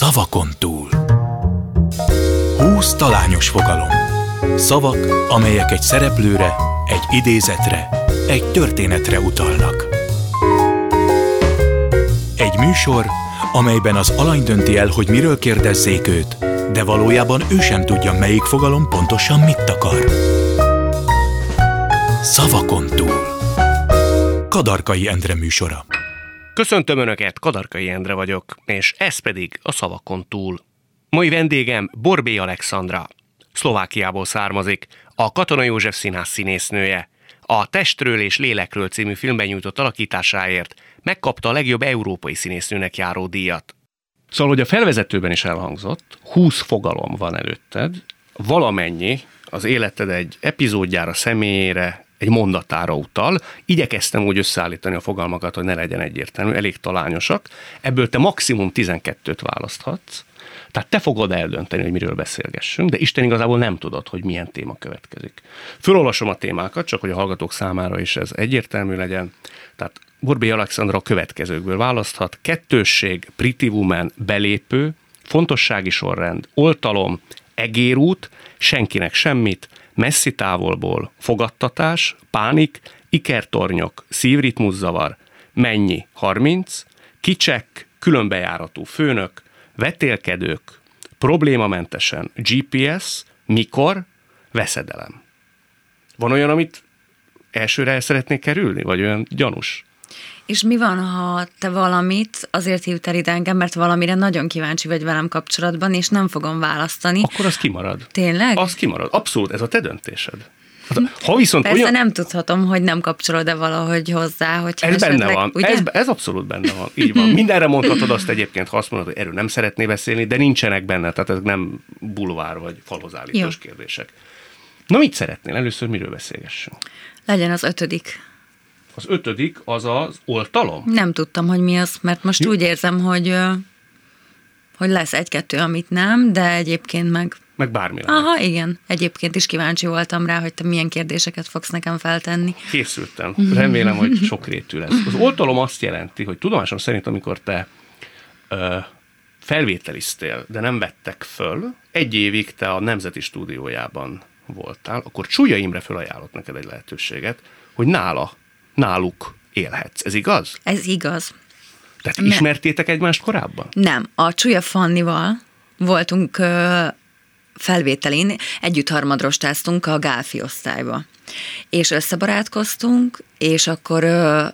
Szavakon túl. 20 talányos fogalom. Szavak, amelyek egy szereplőre, egy idézetre, egy történetre utalnak. Egy műsor, amelyben az alany dönti el, hogy miről kérdezzék őt, de valójában ő sem tudja, melyik fogalom pontosan mit akar. Szavakon túl. Kadarkai Endre műsora. Köszöntöm Önöket, Kadarkai Endre vagyok, és ez pedig a Szavakon túl. Mai vendégem Borbély Alexandra, Szlovákiából származik, a Katona József Színház színésznője. A Testről és lélekről című filmben nyújtott alakításáért megkapta a legjobb európai színésznőnek járó díjat. Szóval, hogy a felvezetőben is elhangzott, 20 fogalom van előtted, valamennyi az életed egy epizódjára, személyére, egy mondatára utal. Igyekeztem úgy összeállítani a fogalmakat, hogy ne legyen egyértelmű, elég talányosak. Ebből te maximum 12-t választhatsz. Tehát te fogod eldönteni, hogy miről beszélgessünk, de Isten igazából nem tudod, hogy milyen téma következik. Fölolvasom a témákat, csak hogy a hallgatók számára is ez egyértelmű legyen. Tehát Borbély Alexandra a következőkből választhat: kettősség, pretty woman, belépő, fontossági sorrend, oltalom, egérút, senkinek semmit, messzi távolból, fogadtatás, pánik, ikertornyok, szívritmuszavar, mennyi, 30, kicsek, különbejáratú főnök, vetélkedők, problémamentesen, GPS, mikor, veszedelem. Van olyan, amit elsőre el szeretnék kerülni, vagy olyan gyanús? És mi van, ha te valamit azért hívtál ide engem, mert valamire nagyon kíváncsi vagy velem kapcsolatban, és nem fogom választani? Akkor az kimarad. Tényleg? Az kimarad. Abszolút, ez a te döntésed. Ha viszont persze olyan... nem tudhatom, hogy nem kapcsolod-e valahogy hozzá, hogy ez benne van. Ez abszolút benne van. Így van. Mindenre mondhatod azt egyébként, ha azt mondod, hogy erről nem szeretné beszélni, de nincsenek benne, tehát ez nem bulvár vagy falhoz állítós kérdések. Na, mit szeretnél? Először miről beszélgessünk? Legyen az 5. Az 5. az az oltalom? Nem tudtam, hogy mi az, mert most úgy érzem, hogy lesz 1-2, amit nem, de egyébként meg bármi lehet. Aha, igen. Egyébként is kíváncsi voltam rá, hogy te milyen kérdéseket fogsz nekem feltenni. Készültem. Remélem, hogy sokrétű lesz. Az oltalom azt jelenti, hogy tudomásom szerint, amikor te felvételiztél, de nem vettek föl, 1 évig te a Nemzeti Stúdiójában voltál, akkor Csúlya Imre fölajánlott neked egy lehetőséget, hogy náluk élhetsz. Ez igaz? Ez igaz. Tehát ismertétek egymást korábban? Nem. A Csúlya Fannival voltunk felvételén, együtt harmadrostáztunk a Gálfi osztályba. És összebarátkoztunk, és akkor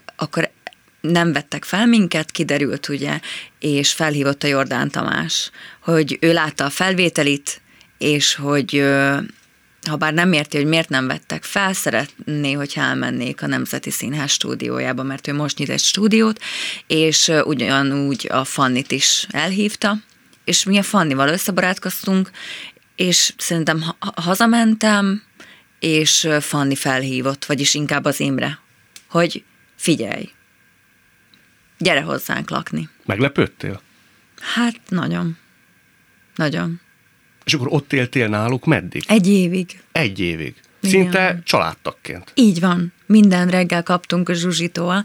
nem vettek fel minket, kiderült ugye, és felhívott a Jordán Tamás, hogy ő látta a felvételit, és hogy ha bár nem érti, hogy miért nem vettek fel, szeretné, hogy elmennék a Nemzeti Színház stúdiójába, mert ő most nyit egy stúdiót, és ugyanúgy a Fannit is elhívta, és mi a Fannival összebarátkoztunk, és szerintem hazamentem, és Fanni felhívott, vagyis inkább az Imre, hogy figyelj, gyere hozzánk lakni. Meglepődtél? Hát nagyon. Nagyon. És akkor ott éltél náluk meddig? 1 évig. 1 évig. Szinte igen. Családtagként. Így van. Minden reggel kaptunk a Zsuzsitól,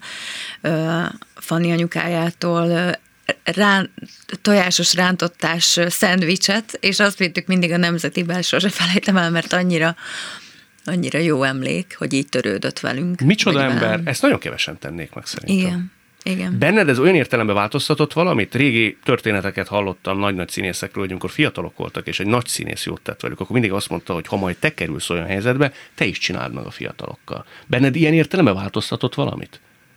Fanni anyukájától tojásos rántottás szendvicset, és azt vittük mindig a Nemzetibe, sose felejtem el, mert annyira jó emlék, hogy így törődött velünk. Micsoda ember, velem. Ezt nagyon kevesen tennék meg szerintem. Igen. Benned ez olyan értelemben változtatott valamit? Régi történeteket hallottam nagy-nagy színészekről, hogy amikor fiatalok voltak, és egy nagy színész jót tett velük, akkor mindig azt mondta, hogy ha majd te kerülsz olyan helyzetbe, te is csináld meg a fiatalokkal. Benned ilyen értelemben változtatott valamit?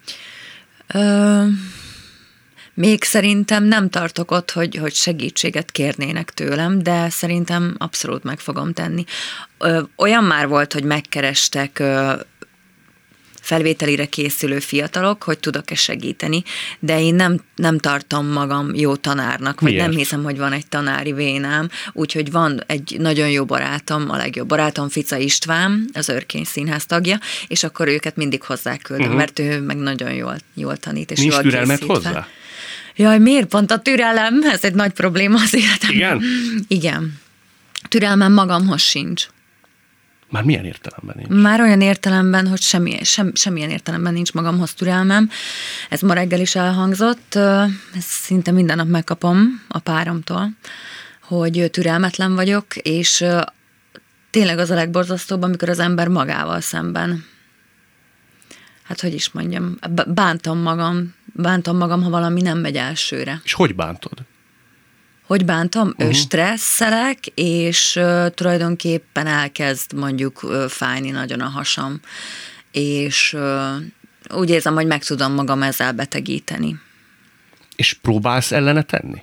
Még szerintem nem tartok ott, hogy segítséget kérnének tőlem, de szerintem abszolút meg fogom tenni. Olyan már volt, hogy megkerestek felvételire készülő fiatalok, hogy tudok-e segíteni, de én nem tartom magam jó tanárnak, vagy miért? Nem hiszem, hogy van egy tanári vénám, úgyhogy van egy nagyon jó barátom, a legjobb barátom, Fica István, az Örkény Színház tagja, és akkor őket mindig hozzáküldöm, mert ő meg nagyon jól tanít, és nincs jól türelmet készít hozzá? fel. Jaj, miért pont a türelem? Ez egy nagy probléma az életemben. Igen? Igen. Türelmem magamhoz sincs. Már milyen értelemben nincs? Már olyan értelemben, hogy semmilyen értelemben nincs magamhoz türelmem. Ez ma reggel is elhangzott, ezt szinte minden nap megkapom a páromtól, hogy türelmetlen vagyok, és tényleg az a legborzasztóbb, amikor az ember magával szemben. Hát hogy is mondjam, bántom magam, ha valami nem megy elsőre. És hogy bántod? Hogy bántom? Stresszelek, és tulajdonképpen elkezd mondjuk fájni nagyon a hasam, és úgy érzem, hogy meg tudom magam ezzel betegíteni. És próbálsz ellene tenni?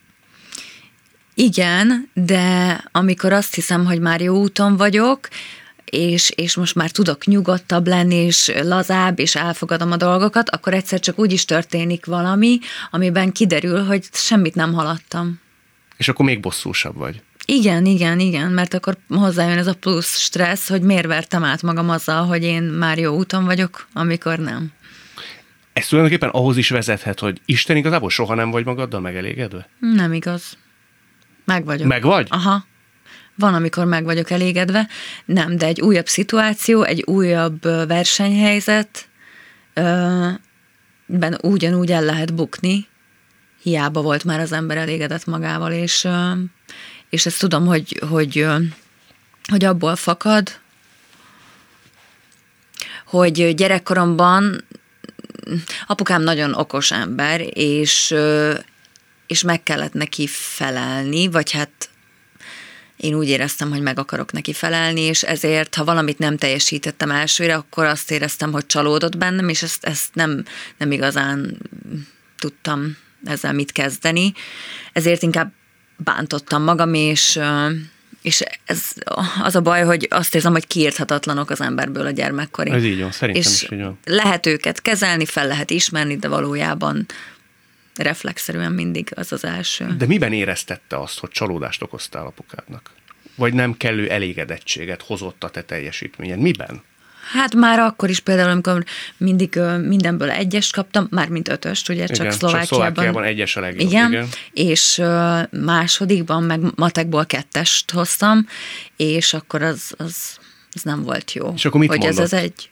Igen, de amikor azt hiszem, hogy már jó úton vagyok, és most már tudok nyugodtabb lenni, és lazább, és elfogadom a dolgokat, akkor egyszer csak úgy is történik valami, amiben kiderül, hogy semmit nem haladtam. És akkor még bosszúsabb vagy. Igen, mert akkor hozzájön ez a plusz stressz, hogy miért vertem át magam azzal, hogy én már jó úton vagyok, amikor nem. Ez tulajdonképpen ahhoz is vezethet, hogy Isten igazából soha nem vagy magaddal megelégedve? Nem igaz. Meg vagyok. Meg vagy? Aha. Van, amikor meg vagyok elégedve. Nem, de egy újabb szituáció, egy újabb versenyhelyzet, ben ugyanúgy el lehet bukni. Hiába volt már az ember elégedett magával, és ezt tudom, hogy abból fakad, hogy gyerekkoromban apukám nagyon okos ember, és meg kellett neki felelni, vagy hát én úgy éreztem, hogy meg akarok neki felelni, és ezért, ha valamit nem teljesítettem elsőre, akkor azt éreztem, hogy csalódott bennem, és ezt nem igazán tudtam ezzel mit kezdeni. Ezért inkább bántottam magam, és ez az a baj, hogy azt érzem, hogy kiírthatatlanok az emberből a gyermekkori. Ez így van, szerintem és is így van. Lehet őket kezelni, fel lehet ismerni, de valójában reflexzerűen mindig az az első. De miben éreztette azt, hogy csalódást okoztál apukádnak? Vagy nem kellő elégedettséget hozott a te teljesítményed? Miben? Hát már akkor is például, amikor mindig mindenből 1-est kaptam, mármint 5-öst, ugye Igen, csak Szlovákiában 1-es a legjobb. Igen, és másodikban meg matekból 2-est hoztam, és akkor az nem volt jó. És akkor mit hogy mondott? Ez az egy...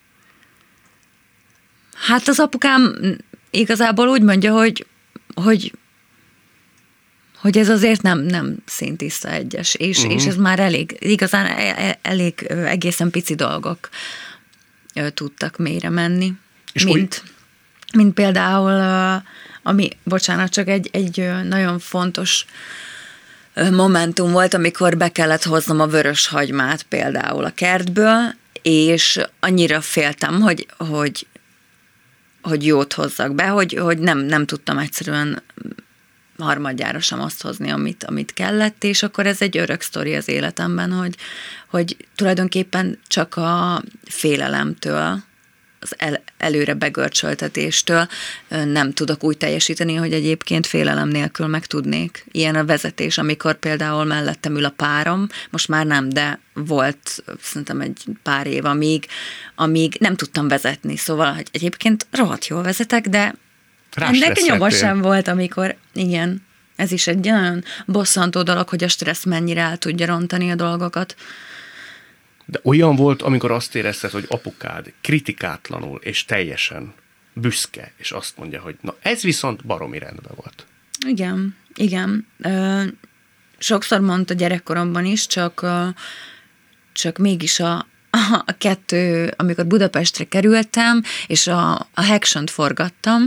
Hát az apukám igazából úgy mondja, hogy ez azért nem szintiszta 1-es, és ez már igazán elég egészen pici dolgok tudtak mélyre menni. És mint például, csak egy nagyon fontos momentum volt, amikor be kellett hoznom a vörös hagymát például a kertből, és annyira féltem, hogy jót hozzak be, hogy nem tudtam egyszerűen harmadjára sem azt hozni, amit kellett, és akkor ez egy örök sztori az életemben, hogy tulajdonképpen csak a félelemtől, az előre begörcsöltetéstől nem tudok úgy teljesíteni, hogy egyébként félelem nélkül meg tudnék. Ilyen a vezetés, amikor például mellettem ül a párom, most már nem, de volt szerintem egy pár év, amíg nem tudtam vezetni. Szóval, hogy egyébként rohadt jól vezetek, de ennek nyoma sem volt, amikor, igen, ez is egy olyan bosszantó dolog, hogy a stressz mennyire el tudja rontani a dolgokat. De olyan volt, amikor azt érezted, hogy apukád kritikátlanul és teljesen büszke, és azt mondja, hogy na ez viszont baromi rendben volt. Igen. Sokszor mondta gyerekkoromban is, csak mégis a kettő, amikor Budapestre kerültem, és a Hacksont forgattam,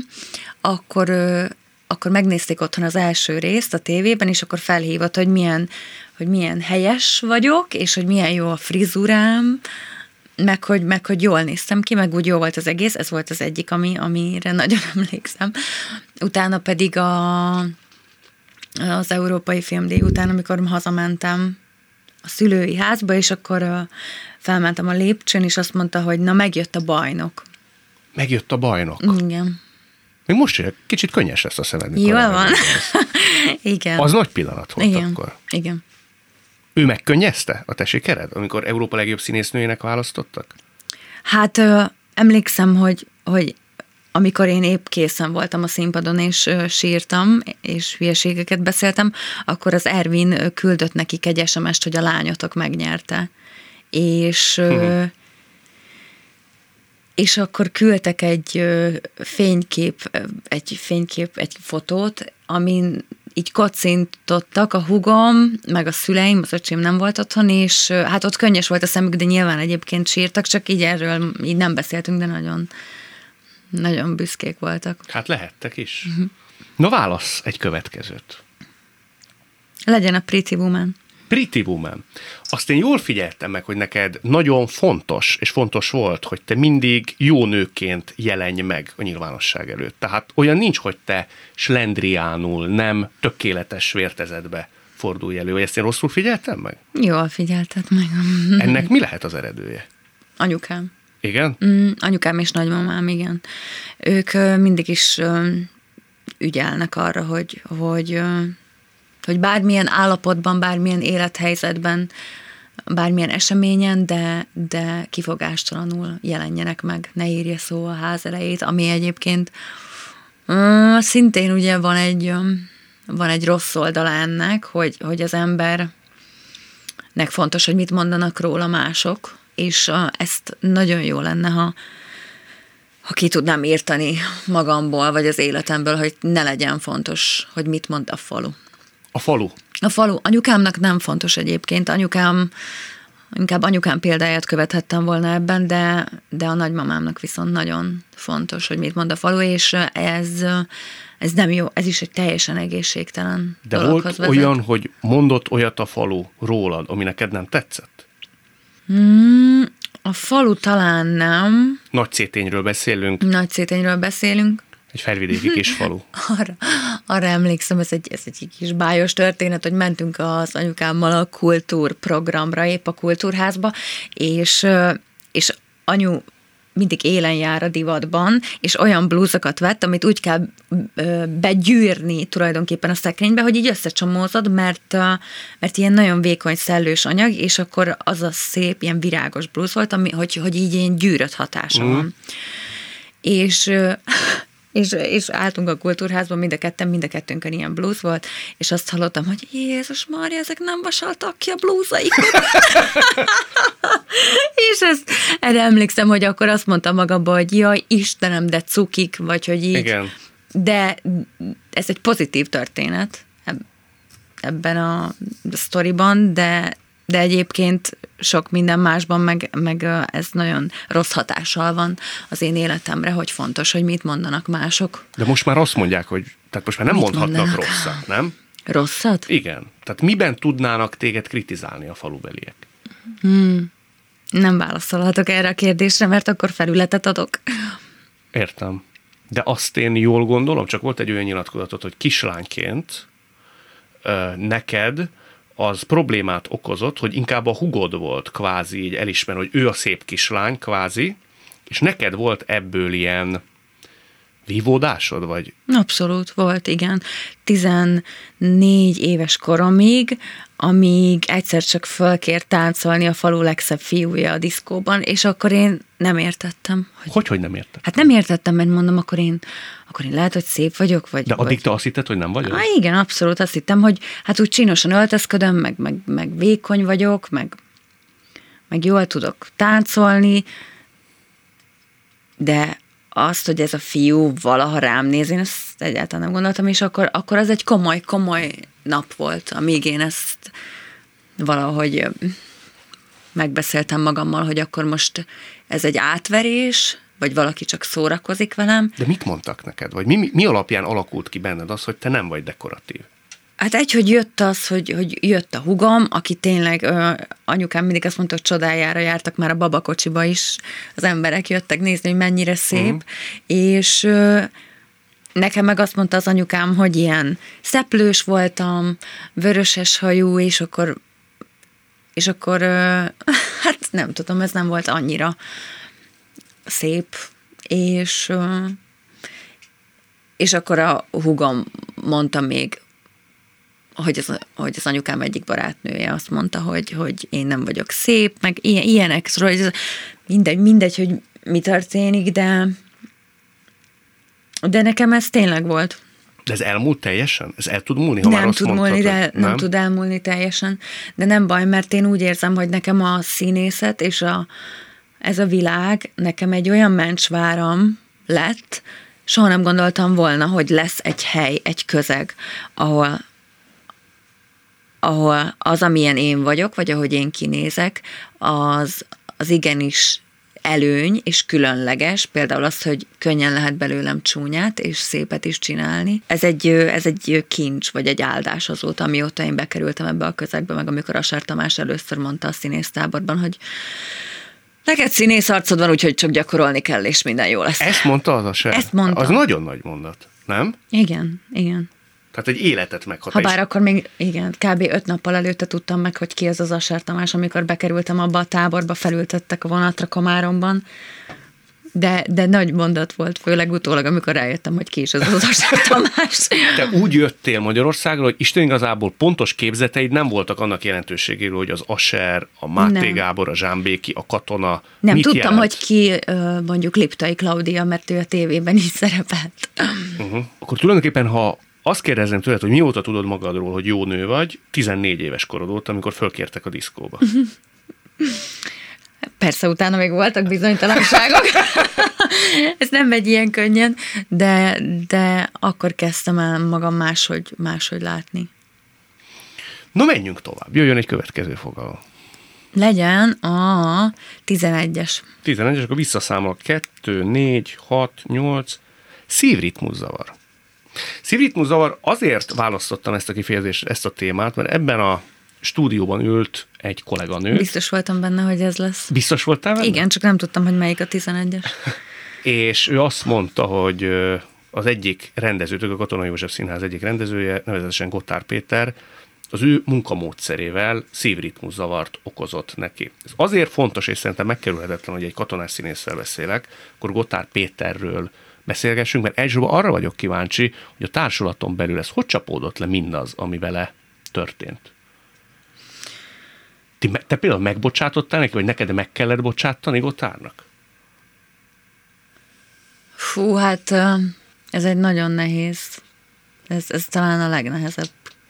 akkor megnézték otthon az első részt a tévében, és akkor felhívott, hogy milyen helyes vagyok, és hogy milyen jó a frizurám, meg hogy jól néztem ki, meg úgy jó volt az egész, ez volt az egyik, amire nagyon emlékszem. Utána pedig az Európai Filmdíj után, amikor hazamentem a szülői házba, és akkor felmentem a lépcsőn, és azt mondta, hogy na, megjött a bajnok. Megjött a bajnok? Igen. Még most is kicsit könnyes lesz a szemed. Jól van. Igen. Az nagy pillanat volt. Igen. Akkor. Igen. Ő megkönnyezte a te sikered, amikor Európa legjobb színésznőjének választottak? Hát emlékszem, hogy amikor én épp készen voltam a színpadon, és sírtam, és hülyeségeket beszéltem, akkor az Ervin küldött nekik egy SMS-t, hogy a lányotok megnyerte. és akkor küldtek egy fotót, amin így kocintottak a húgom, meg a szüleim, az öcsém nem volt otthon, és hát ott könnyes volt a szemük, de nyilván egyébként sírtak, csak így erről így nem beszéltünk, de nagyon, nagyon büszkék voltak. Hát lehettek is. Na válasz egy következőt. Legyen a Pretty Woman. Pretty Woman. Azt én jól figyeltem meg, hogy neked nagyon fontos, és fontos volt, hogy te mindig jó nőként jelenj meg a nyilvánosság előtt. Tehát olyan nincs, hogy te slendriánul, nem tökéletes vértezetbe fordulj elő. Ezt én rosszul figyeltem meg? Jól figyelted meg. Ennek mi lehet az eredője? Anyukám. Igen? Anyukám és nagymamám, igen. Ők mindig is ügyelnek arra, hogy bármilyen állapotban, bármilyen élethelyzetben, bármilyen eseményen, de kifogástalanul jelenjenek meg, ne érje szó a ház elejét, ami egyébként szintén ugye van egy rossz oldala ennek, hogy az embernek fontos, hogy mit mondanak róla mások, és ezt nagyon jó lenne, ha ki tudnám írtani magamból, vagy az életemből, hogy ne legyen fontos, hogy mit mond a falu. A falu? A falu. Anyukámnak nem fontos egyébként. Inkább anyukám példáját követhettem volna ebben, de a nagymamámnak viszont nagyon fontos, hogy mit mond a falu, és ez nem jó, ez is egy teljesen egészségtelen de dologhoz volt vezet. olyan, hogy mondott olyat a falu rólad, ami neked nem tetszett? A falu talán nem. Nagyszétényről beszélünk. Nagyszétényről beszélünk. Egy felvidéki kis falu. Arra emlékszem, ez egy kis bájos történet, hogy mentünk az anyukámmal a kultúrprogramra, épp a kultúrházba, és anyu mindig élen jár a divatban, és olyan blúzokat vett, amit úgy kell begyűrni tulajdonképpen a szekrénybe, hogy így összecsomózod, mert ilyen nagyon vékony szellős anyag, és akkor az a szép, ilyen virágos blúz volt, hogy így ilyen gyűrött hatása van. És álltunk a kultúrházban, mind a kettőnkön ilyen blúz volt, és azt hallottam, hogy Jézus Mária, ezek nem vasaltak ki a blúzaikat. És erre emlékszem, hogy akkor azt mondtam magamban, hogy jaj, Istenem, de cukik, vagy hogy így. Igen. De ez egy pozitív történet ebben a sztoriban, de egyébként sok minden másban meg ez nagyon rossz hatással van az én életemre, hogy fontos, hogy mit mondanak mások. De most már azt mondják, hogy tehát most már nem mondhatnak mondanak? Rosszat, nem? Rosszat? Igen. Tehát miben tudnának téged kritizálni a falubeliek? Nem válaszolhatok erre a kérdésre, mert akkor felületet adok. Értem. De azt én jól gondolom, csak volt egy olyan nyilatkozatot, hogy kislányként neked az problémát okozott, hogy inkább a hugod volt kvázi így elismerni, hogy ő a szép kislány kvázi, és neked volt ebből ilyen vívódásod, vagy? Abszolút volt, igen. 14 éves koromig, amíg egyszer csak fölkért táncolni a falu legszebb fiúja a diszkóban, és akkor én nem értettem. Hogy nem értettem? Hát nem értettem, mert mondom, akkor én lehet, hogy szép vagyok, vagy... De addig te azt hitted, hogy nem vagyok? Igen, abszolút azt hittem, hogy hát úgy csinosan öltözködöm, meg vékony vagyok, meg jól tudok táncolni, de azt, hogy ez a fiú valaha rám néz, én ezt egyáltalán nem gondoltam, és akkor az egy komoly nap volt, amíg én ezt valahogy megbeszéltem magammal, hogy akkor most ez egy átverés, vagy valaki csak szórakozik velem. De mit mondtak neked? Vagy mi alapján alakult ki benned az, hogy te nem vagy dekoratív? Hát hogy jött az, hogy jött a hugom, aki tényleg, anyukám mindig azt mondta, hogy csodájára jártak már a babakocsiba is, az emberek jöttek nézni, hogy mennyire szép, és nekem meg azt mondta az anyukám, hogy ilyen szeplős voltam, vöröses hajú, és akkor hát nem tudom, ez nem volt annyira szép, és akkor a hugom mondta még, hogy az anyukám egyik barátnője azt mondta, hogy én nem vagyok szép, meg ilyenek, szóval mindegy, hogy mi történik, de nekem ez tényleg volt. De ez elmúlt teljesen? Ez el tud múlni, ha már azt mondtad, nem tud elmúlni teljesen, de nem baj, mert én úgy érzem, hogy nekem a színészet és ez a világ nekem egy olyan mencsváram lett, soha nem gondoltam volna, hogy lesz egy hely, egy közeg, ahol az, amilyen én vagyok, vagy ahogy én kinézek, az igenis előny és különleges, például az, hogy könnyen lehet belőlem csúnyát és szépet is csinálni. Ez egy kincs, vagy egy áldás azóta, amióta én bekerültem ebbe a közegbe, meg amikor Asár Tamás először mondta a színésztáborban, hogy neked színész arcod van, úgyhogy csak gyakorolni kell, és minden jó lesz. Ezt mondta az Asár? Ezt mondta. Az nagyon nagy mondat, nem? Igen. Tehát egy életet meghatározó. Habár akkor még, igen, kb. 5 nappal előtte tudtam meg, hogy ki az Asár Tamás, amikor bekerültem abba a táborba, felültettek a vonatra Komáromban, de nagy mondat volt, főleg utólag, amikor rájöttem, hogy ki is az Asár Tamás. Te úgy jöttél Magyarországra, hogy Isten igazából pontos képzeteid nem voltak annak jelentőségéről, hogy az Asár, a Máté Gábor, a Zsámbéki, a Katona. Nem mit tudtam, jelent? hogy ki mondjuk Liptai Klaudia, mert ő a tévében is szerepelt. Akkor tulajdonképpen, ha azt kérdezném tőled, hogy mióta tudod magadról, hogy jó nő vagy, 14 éves korod volt, amikor fölkértek a diszkóba. Persze, utána még voltak bizonytalanságok. Ez nem megy ilyen könnyen, de akkor kezdtem el magam máshogy látni. No, menjünk tovább. Jöjjön egy következő fogalom. Legyen a 11-es. 11-es, akkor visszaszámolok. 2, 4, 6, 8. Szívritmuszavar. Szívritmuszavar, azért választottam ezt a kifejezést, ezt a témát, mert ebben a stúdióban ült egy kolléganő. Biztos voltam benne, hogy ez lesz. Biztos voltál benne? Igen, csak nem tudtam, hogy melyik a 11-es. És ő azt mondta, hogy az egyik rendezőtől, a Katona József Színház egyik rendezője, nevezetesen Gotthárd Péter, az ő munkamódszerével szívritmuszavart okozott neki. Ez azért fontos, és szerintem megkerülhetetlen, hogy egy katonás színésszel beszélek, akkor Gotthárd Péterről beszélgessünk, mert elsősorban arra vagyok kíváncsi, hogy a társulaton belül ez hogy csapódott le mindaz, ami vele történt. Te például megbocsátottál neki, vagy neked meg kellett bocsátani Gotthárnak? Fú, hát ez egy nagyon nehéz, ez talán a legnehezebb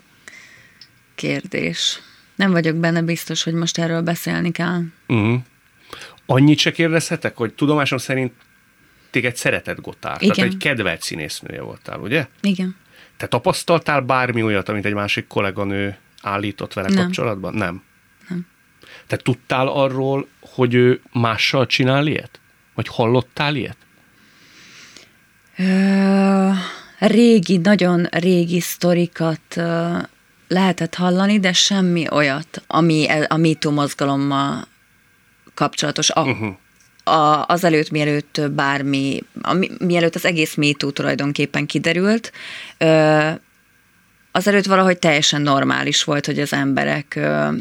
kérdés. Nem vagyok benne biztos, hogy most erről beszélni kell. Annyit se kérdezhetek, hogy tudomásom szerint téged szeretett Gotthárd. Igen. Tehát egy kedvelt színésznője voltál, ugye? Igen. Te tapasztaltál bármi olyat, amit egy másik kolléganő állított vele kapcsolatban? Nem. Te tudtál arról, hogy ő mással csinál ilyet? Vagy hallottál ilyet? Nagyon régi sztorikat lehetett hallani, de semmi olyat, ami a MeToo mozgalommal kapcsolatos. Azelőtt, mielőtt mielőtt az egész MeToo tulajdonképpen kiderült, azelőtt valahogy teljesen normális volt, hogy az emberek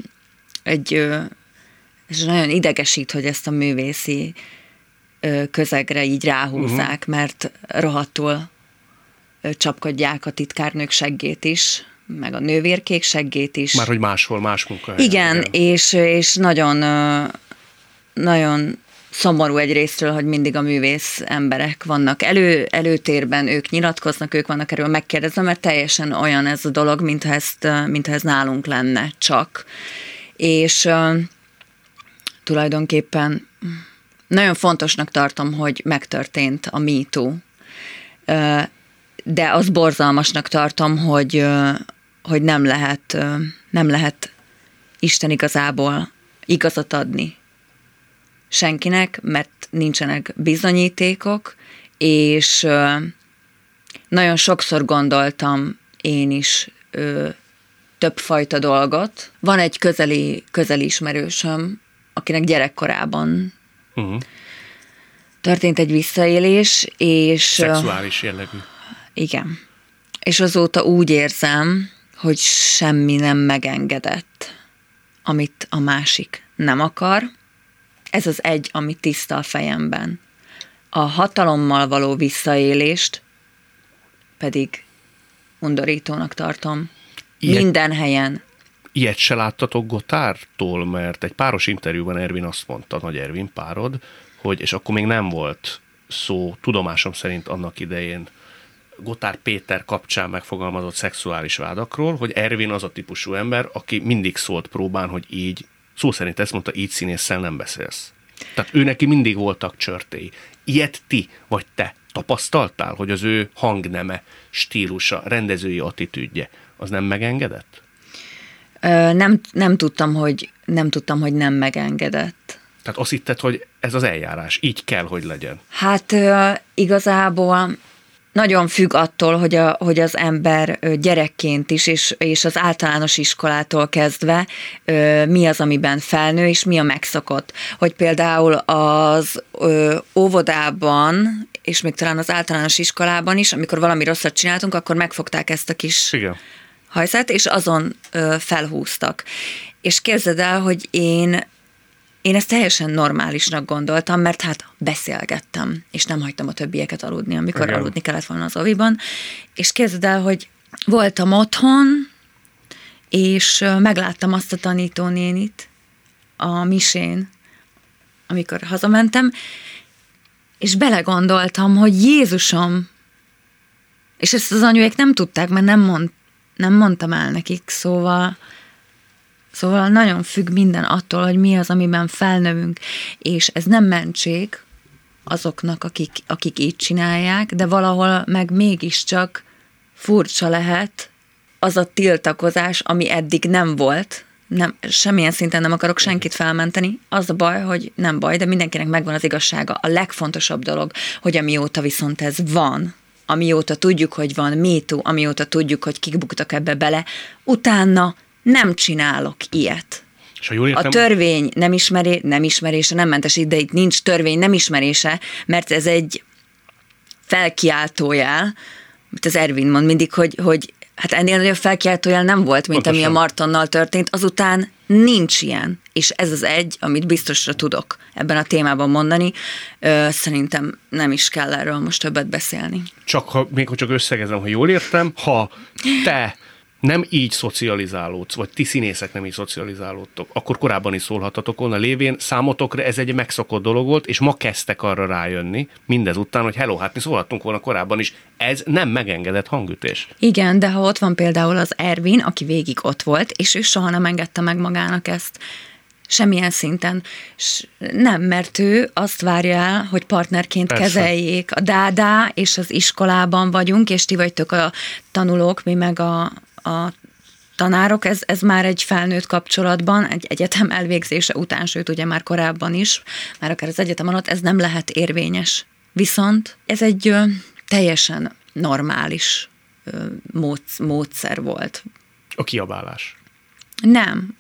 és nagyon idegesít, hogy ezt a művészi közegre így ráhúzzák, mert rohadtul csapkodják a titkárnők seggét is, meg a nővérkék seggét is. Már hogy máshol, más munkahelyen. Igen, és nagyon, nagyon szomorú egyrésztről, hogy mindig a művész emberek vannak előtérben, ők nyilatkoznak, ők vannak erről megkérdezve, mert teljesen olyan ez a dolog, mintha ez nálunk lenne csak. És tulajdonképpen nagyon fontosnak tartom, hogy megtörtént a MeToo, de az borzalmasnak tartom, hogy nem lehet Isten igazából igazat adni senkinek, mert nincsenek bizonyítékok, és nagyon sokszor gondoltam én is többfajta dolgot. Van egy közeli ismerősöm, akinek gyerekkorában történt egy visszaélés, és... Szexuális jellegű. Igen. És azóta úgy érzem, hogy semmi nem megengedett, amit a másik nem akar. Ez az egy, ami tiszta a fejemben. A hatalommal való visszaélést pedig undorítónak tartom. Minden helyen. Ilyet se láttatok Gotthártól, mert egy páros interjúban Ervin azt mondta, Nagy Ervin párod, hogy, és akkor még nem volt szó, tudomásom szerint annak idején Gotthárd Péter kapcsán megfogalmazott szexuális vádakról, hogy Ervin az a típusú ember, aki mindig szólt próbán, hogy így, szó szerint ezt mondta, így színésszel nem beszélsz. Tehát ő neki mindig voltak csörtéi. Ilyet ti, vagy te tapasztaltál, hogy az ő hangneme, stílusa, rendezői attitűdje, az nem megengedett? Nem tudtam, hogy nem megengedett. Tehát azt hitted, hogy ez az eljárás, így kell, hogy legyen. Hát igazából nagyon függ attól, hogy az ember gyerekként is, és az általános iskolától kezdve mi az, amiben felnő, és mi a megszokott. Hogy például az óvodában, és még talán az általános iskolában is, amikor valami rosszat csináltunk, akkor megfogták ezt a kis hajszát, és azon felhúztak. És képzeld el, hogy én ezt teljesen normálisnak gondoltam, mert hát beszélgettem, és nem hagytam a többieket aludni, amikor aludni kellett volna az oviban. És képzeld el, hogy voltam otthon, és megláttam azt a tanítónénit a misén, amikor hazamentem, és belegondoltam, hogy Jézusom, és ezt az anyuék nem tudták, mert nem mondtam el nekik, szóval nagyon függ minden attól, hogy mi az, amiben felnövünk, és ez nem mentség azoknak, akik így csinálják, de valahol meg mégiscsak furcsa lehet az a tiltakozás, ami eddig nem volt. Semmilyen szinten nem akarok senkit felmenteni. Az a baj, hogy nem baj, de mindenkinek megvan az igazsága. A legfontosabb dolog, hogy amióta viszont ez van, amióta tudjuk, hogy van MeToo, amióta tudjuk, hogy kik buktak ebbe bele, utána nem csinálok ilyet. A törvény nem ismerése, nem mentesít, de itt nincs törvény nem ismerése, mert ez egy felkiáltójel, mint az Ervin mond mindig, hogy hát ennél nagyobb felkiáltójel nem volt, mint pontosan, ami a Martonnal történt, azután nincs ilyen. És ez az egy, amit biztosra tudok ebben a témában mondani. Szerintem nem is kell erről most többet beszélni. Csak összegezem, ha jól értem, ha te nem így szocializálódsz, vagy ti színészek nem így szocializálódtok, akkor korábban is szólhatatok volna lévén, számotokra ez egy megszokott dolog volt, és ma kezdtek arra rájönni, mindezután, hogy hello, hát mi szólhattunk volna korábban is, ez nem megengedett hangütés. Igen, de ha ott van például az Ervin, aki végig ott volt, és ő soha nem engedte meg magának ezt, semmilyen szinten. Nem, mert ő azt várja el, hogy partnerként persze kezeljék. A dádá, és az iskolában vagyunk, és ti vagytok a tanulók, mi meg a tanárok, ez már egy felnőtt kapcsolatban, egy egyetem elvégzése után, sőt ugye már korábban is, már akár az egyetem alatt, ez nem lehet érvényes. Viszont ez egy teljesen normális módszer volt. A kiabálás. Nem.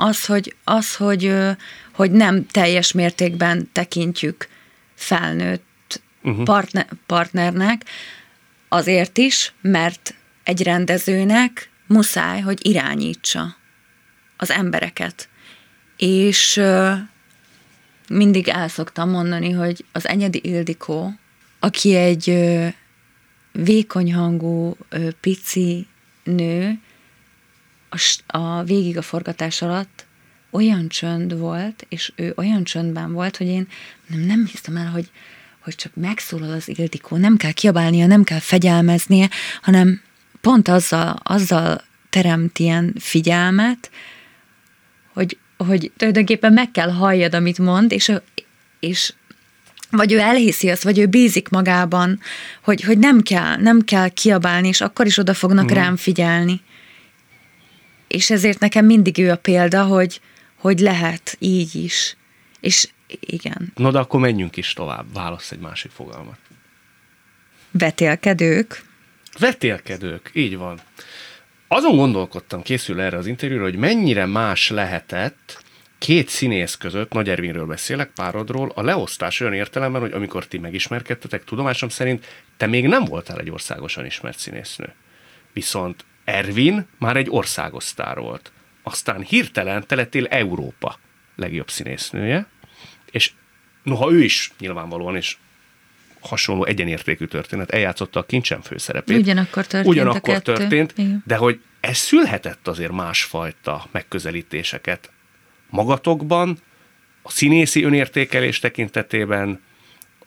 Hogy nem teljes mértékben tekintjük felnőtt partnernek, azért is, mert egy rendezőnek muszáj, hogy irányítsa az embereket. És mindig el szoktam mondani, hogy az Enyedi Ildikó, aki egy vékony hangú, pici nő, végig a forgatás alatt olyan csönd volt, és ő olyan csöndben volt, hogy én nem hiszem el, hogy csak megszólal az Ildikó, nem kell kiabálnia, nem kell fegyelmeznie, hanem pont azzal teremt ilyen figyelmet, hogy tulajdonképpen meg kell halljad, amit mond, és vagy ő elhiszi azt, vagy ő bízik magában, hogy nem kell kiabálni, és akkor is oda fognak rám figyelni. És ezért nekem mindig ő a példa, hogy lehet így is. És igen. No, de akkor menjünk is tovább. Válasz egy másik fogalmat. Vetélkedők. Vetélkedők, így van. Azon gondolkodtam, készül erre az interjúra, hogy mennyire más lehetett két színész között, Nagy Ervinről beszélek, párodról, a leosztás olyan értelemben, hogy amikor ti megismerkedtetek, tudomásom szerint te még nem voltál egy országosan ismert színésznő. Viszont Ervin már egy országos sztár volt. Aztán hirtelen te lettél Európa legjobb színésznője, és noha ő is nyilvánvalóan is hasonló egyenértékű történet, eljátszotta a Kincsem főszerepét. Ugyanakkor történt, de hogy ez szülhetett azért másfajta megközelítéseket magatokban, a színészi önértékelés tekintetében,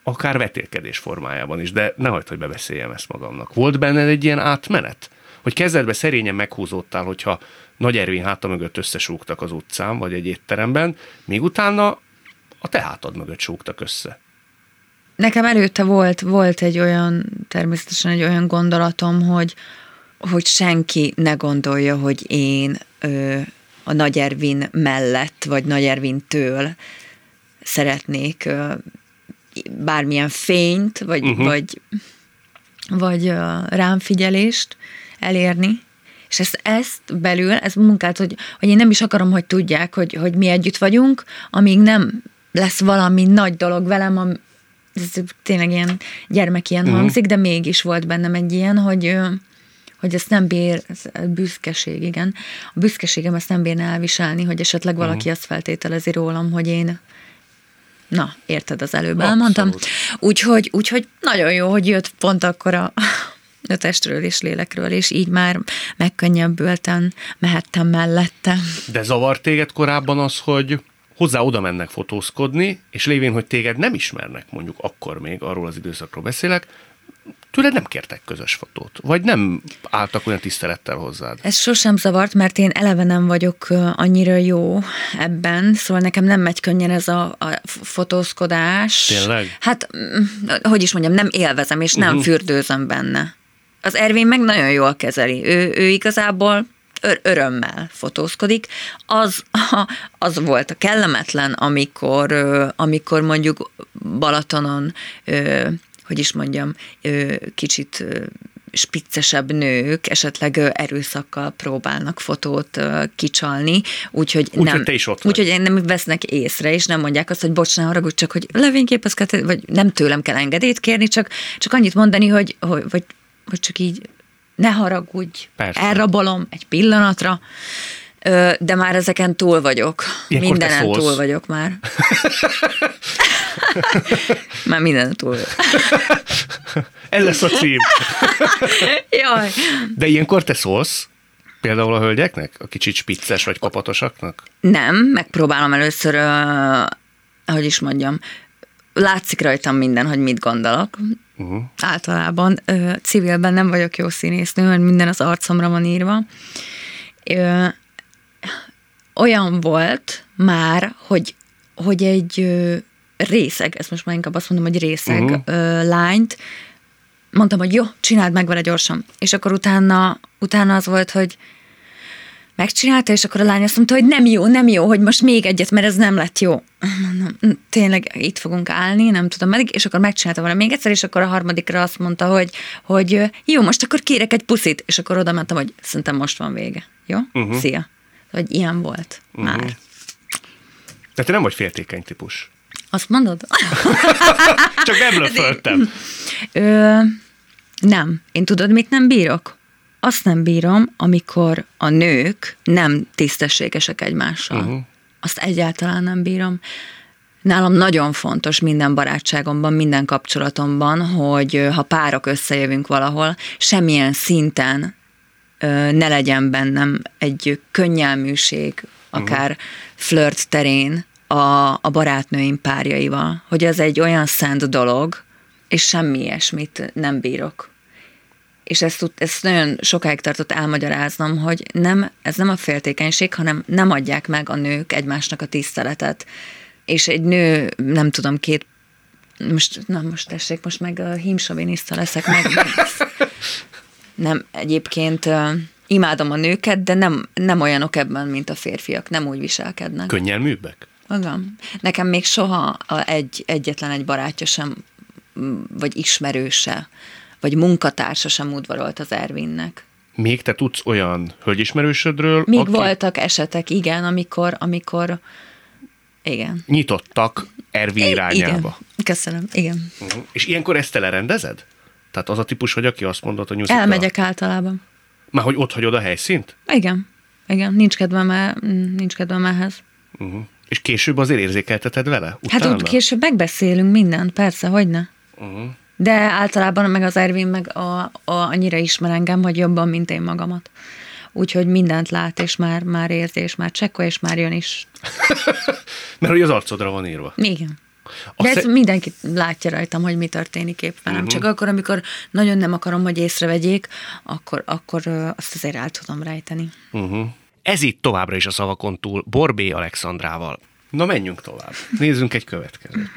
akár vetélkedés formájában is, de ne hagyd, hogy bebeszéljem ezt magamnak. Volt benned egy ilyen átmenet? Hogy kezdetben szerényen meghúzódtál, hogyha Nagy Ervin háta mögött összesúgtak az utcán, vagy egy étteremben, még utána a te hátad mögött súgtak össze. Nekem előtte volt természetesen egy olyan gondolatom, hogy senki ne gondolja, hogy én a Nagy Ervin mellett, vagy Nagy Ervintől szeretnék bármilyen fényt, vagy rámfigyelést elérni. És ezt belül, ez munkát, hogy én nem is akarom, hogy tudják, hogy mi együtt vagyunk, amíg nem lesz valami nagy dolog velem, ez tényleg ilyen gyermek ilyen hangzik, de mégis volt bennem egy ilyen, hogy ezt nem bír, büszkeség, igen. A büszkeségem ezt nem bírna elviselni, hogy esetleg valaki azt feltételezi rólam, hogy én, na, érted, az előbb elmondtam. Úgyhogy nagyon jó, hogy jött pont akkor a testről és lélekről, és így már megkönnyebbülten mehettem mellette. De zavart téged korábban az, hogy hozzá oda mennek fotózkodni, és lévén, hogy téged nem ismernek, mondjuk akkor még, arról az időszakról beszélek, tőled nem kértek közös fotót? Vagy nem álltak olyan tisztelettel hozzád? Ez sosem zavart, mert én eleve nem vagyok annyira jó ebben, szóval nekem nem megy könnyen ez a fotózkodás. Tényleg? Hát, hogy is mondjam, nem élvezem, és nem fürdőzöm benne. Az Ervin meg nagyon jól kezeli. Ő igazából örömmel fotózkodik. Az volt a kellemetlen, amikor mondjuk Balatonon, hogy is mondjam, kicsit spiccesebb nők esetleg erőszakkal próbálnak fotót kicsalni, úgyhogy nem vesznek észre, és nem mondják azt, hogy bocs, ne haragudj, csak hogy levényképezkedhet, vagy nem tőlem kell engedélyt kérni, csak annyit mondani, hogy csak így ne haragudj, persze. Elrabolom egy pillanatra, de már ezeken túl vagyok. Ilyenkor mindenen túl vagyok már. Már mindenen túl vagyok. Ez lesz a cím. Jaj. De ilyenkor te szólsz például a hölgyeknek? A kicsit spicces vagy kapatosaknak? Nem, megpróbálom először, hogy is mondjam, látszik rajtam minden, hogy mit gondolok. Általában civilben nem vagyok jó színésznő, mert minden az arcomra van írva. Olyan volt már, hogy egy részeg, ezt most már inkább azt mondom, hogy részeg lányt, mondtam, hogy jó, csináld meg vele gyorsan. És akkor utána az volt, hogy megcsinálta, és akkor a lány azt mondta, hogy nem jó, hogy most még egyet, mert ez nem lett jó. Mondom, tényleg itt fogunk állni, nem tudom meddig, és akkor megcsinálta volna még egyszer, és akkor a harmadikra azt mondta, hogy jó, most akkor kérek egy puszit, és akkor oda mentem, hogy szerintem most van vége. Jó? Szia. Hogy ilyen volt már. De te nem vagy féltékeny típus. Azt mondod? Csak nem löföltem. Nem. Én tudod, mit nem bírok? Azt nem bírom, amikor a nők nem tisztességesek egymással. Azt egyáltalán nem bírom. Nálam nagyon fontos minden barátságomban, minden kapcsolatomban, hogy ha párok összejövünk valahol, semmilyen szinten ne legyen bennem egy könnyelműség, akár flirt terén a barátnőim párjaival. Hogy ez egy olyan szent dolog, és semmi ilyesmit nem bírok. És ezt nagyon sokáig tartott elmagyaráznom, hogy ez nem a féltékenység, hanem nem adják meg a nők egymásnak a tiszteletet. És egy nő, nem tudom, most tessék, most meg hímsoviniszta leszek, meg nem, egyébként imádom a nőket, de nem olyanok ebben, mint a férfiak, nem úgy viselkednek. Könnyelműbbek? Igen. Nekem még soha egyetlen egy barátja sem, vagy ismerőse, vagy munkatársa sem udvarolt az Ervinnek. Még te tudsz olyan hölgyismerősödről? Még voltak esetek, igen, amikor igen. Nyitottak Ervin irányába. Igen. Köszönöm, igen. És ilyenkor ezt te lerendezed? Tehát az a típus vagy, aki azt mondott a nyuszikra? Elmegyek általában. Már hogy ott hagyod a helyszínt? Igen. Nincs kedvem ehhez. És később azért érzékelteted vele? Utána? Hát úgy később megbeszélünk mindent, persze, hogyne. De általában meg az Ervin meg annyira ismer engem, hogy jobban, mint én magamat. Úgyhogy mindent lát, és már érzi, és már csekkol, és már jön is. Mert hogy az arcodra van írva. Igen. De ezt mindenki látja rajtam, hogy mi történik épp velem. Csak akkor, amikor nagyon nem akarom, hogy észrevegyék, akkor azt azért el tudom rejteni. Ez itt továbbra is a szavakon túl Borbély Alexandrával. Na, menjünk tovább. Nézzünk egy következőt.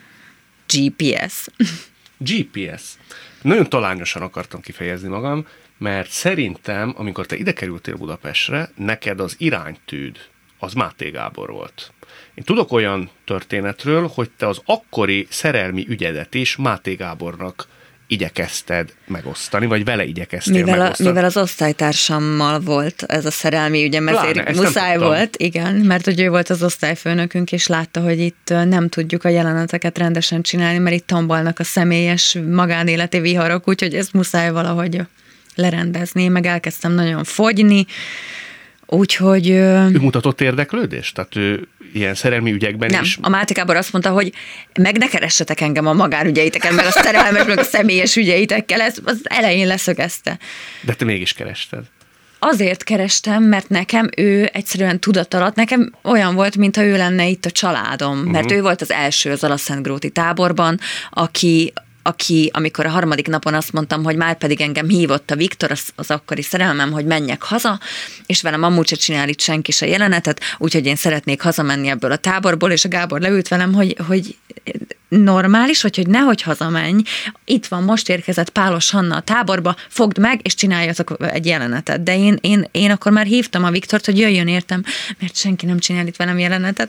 GPS. GPS. Nagyon talányosan akartam kifejezni magam, mert szerintem, amikor te ide kerültél Budapestre, neked az iránytűd az Máté Gábor volt. Én tudok olyan történetről, hogy te az akkori szerelmi ügyedet is Máté Gábornak igyekezted megosztani, vagy vele igyekeztél megosztani. Mivel az osztálytársammal volt ez a szerelmi ügyem, ezért muszáj volt, igen, mert hogy ő volt az osztályfőnökünk, és látta, hogy itt nem tudjuk a jeleneteket rendesen csinálni, mert itt tombolnak a személyes magánéleti viharok, úgyhogy ezt muszáj valahogy lerendezni. Én meg elkezdtem nagyon fogyni, úgyhogy... Ő mutatott érdeklődést? Tehát ő ilyen szerelmi ügyekben nem, is? A Máté Gábor azt mondta, hogy meg ne keressetek engem a magánügyeiteken, meg a szerelmes, meg a személyes ügyeitekkel, ezt az elején leszögezte. De te mégis kerested. Azért kerestem, mert nekem ő egyszerűen tudatalatt, nekem olyan volt, mintha ő lenne itt a családom, mert ő volt az első az Alaszentgróti táborban, aki amikor a harmadik napon azt mondtam, hogy már pedig engem hívott a Viktor, az akkori szerelmem, hogy menjek haza, és velem amúgy se csinál itt senki se jelenetet, úgyhogy én szeretnék hazamenni ebből a táborból, és a Gábor leült velem, hogy normális, vagy hogy nehogy hazamenj, itt van, most érkezett Pálos Hanna a táborba, fogd meg, és csináljatok egy jelenetet. De én akkor már hívtam a Viktort, hogy jöjjön értem, mert senki nem csinál itt velem jelenetet,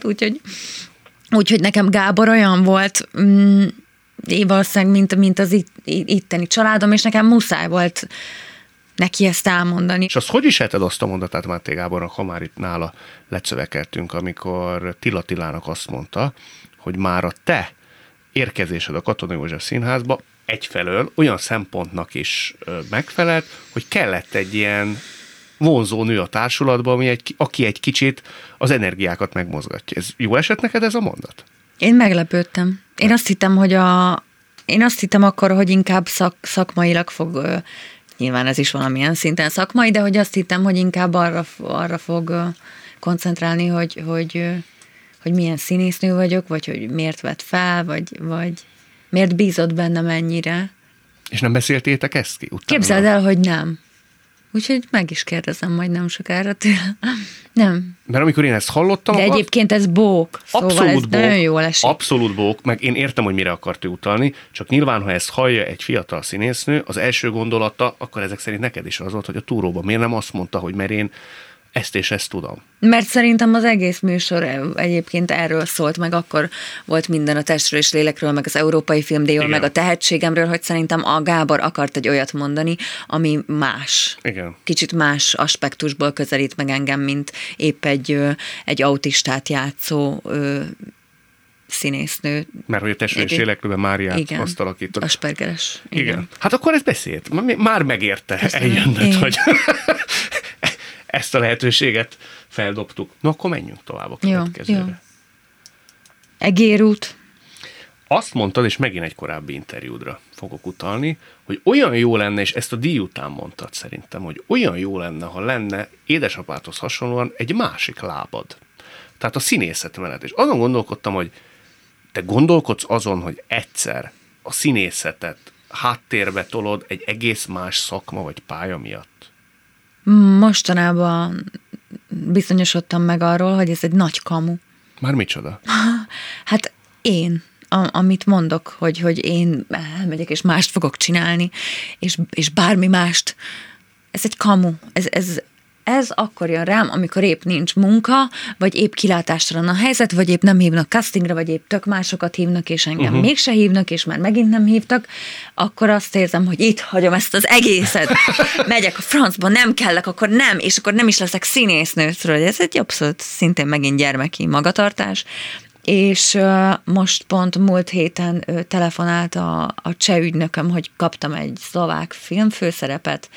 úgyhogy nekem Gábor olyan volt, valószínűleg, mint az itteni családom, és nekem muszáj volt neki ezt elmondani. És azt hogy viselted azt a mondatát Máté Gábornak, ha már itt nála lecövekeltünk, amikor Tilla Tillának azt mondta, hogy már a te érkezésed a Katona József Színházba egyfelől olyan szempontnak is megfelelt, hogy kellett egy ilyen vonzó nő a társulatban, aki egy kicsit az energiákat megmozgatja. Ez jó esett neked ez a mondat? Én meglepődtem. Én azt hittem akkor, hogy inkább szakmailag fog, nyilván ez is valamilyen szinten szakmai, de hogy azt hittem, hogy inkább arra fog koncentrálni, hogy milyen színésznő vagyok, vagy hogy miért vett fel, vagy miért bízott bennem ennyire. És nem beszéltétek ezt ki utána? Képzeld el, hogy nem. Úgyhogy meg is kérdezem majd nem sokára tőle. Nem. Mert amikor én ezt hallottam... De egyébként ez bók, szóval abszolút ez bók, nagyon jól esik. Abszolút bók, meg én értem, hogy mire akart ő utalni, csak nyilván, ha ezt hallja egy fiatal színésznő, az első gondolata, akkor ezek szerint neked is az volt, hogy a túróban miért nem azt mondta, hogy mert én ezt és ezt tudom. Mert szerintem az egész műsor egyébként erről szólt, meg akkor volt minden a testről és lélekről, meg az Európai Filmdíjról, meg a tehetségemről, hogy szerintem a Gábor akart egy olyat mondani, ami más. Igen. Kicsit más aspektusból közelít meg engem, mint épp egy autistát játszó színésznő. Mert hogy a testről és lélekrőben Máriát igen, azt alakított. Aspergeres. Igen. Hát akkor ez beszélt. Már megérte eljönnöd, hogy ezt a lehetőséget feldobtuk. No, akkor menjünk tovább a következőre. Jó. Egérút. Azt mondtad, és megint egy korábbi interjúdra fogok utalni, hogy olyan jó lenne, és ezt a díj után mondtad szerintem, hogy olyan jó lenne, ha lenne édesapádhoz hasonlóan egy másik lábad. Tehát a színészet mellett. És azon gondolkodtam, hogy te gondolkodsz azon, hogy egyszer a színészetet háttérbe tolod egy egész más szakma vagy pálya miatt? Mostanában bizonyosodtam meg arról, hogy ez egy nagy kamu. Már micsoda? Hát én, amit mondok, hogy én elmegyek és mást fogok csinálni, és bármi mást, ez egy kamu. Ez akkor jön rám, amikor épp nincs munka, vagy épp kilátástalan a helyzet, vagy épp nem hívnak castingra, vagy épp tök másokat hívnak, és engem mégse hívnak, és már megint nem hívtak, akkor azt érzem, hogy itt hagyom ezt az egészet. Megyek a francba, nem kellek, akkor nem, és akkor nem is leszek színésznőtről. Ez egy abszolút szintén megint gyermeki magatartás. És most pont múlt héten telefonált a cseh ügynököm, hogy kaptam egy szlovák filmfőszerepet,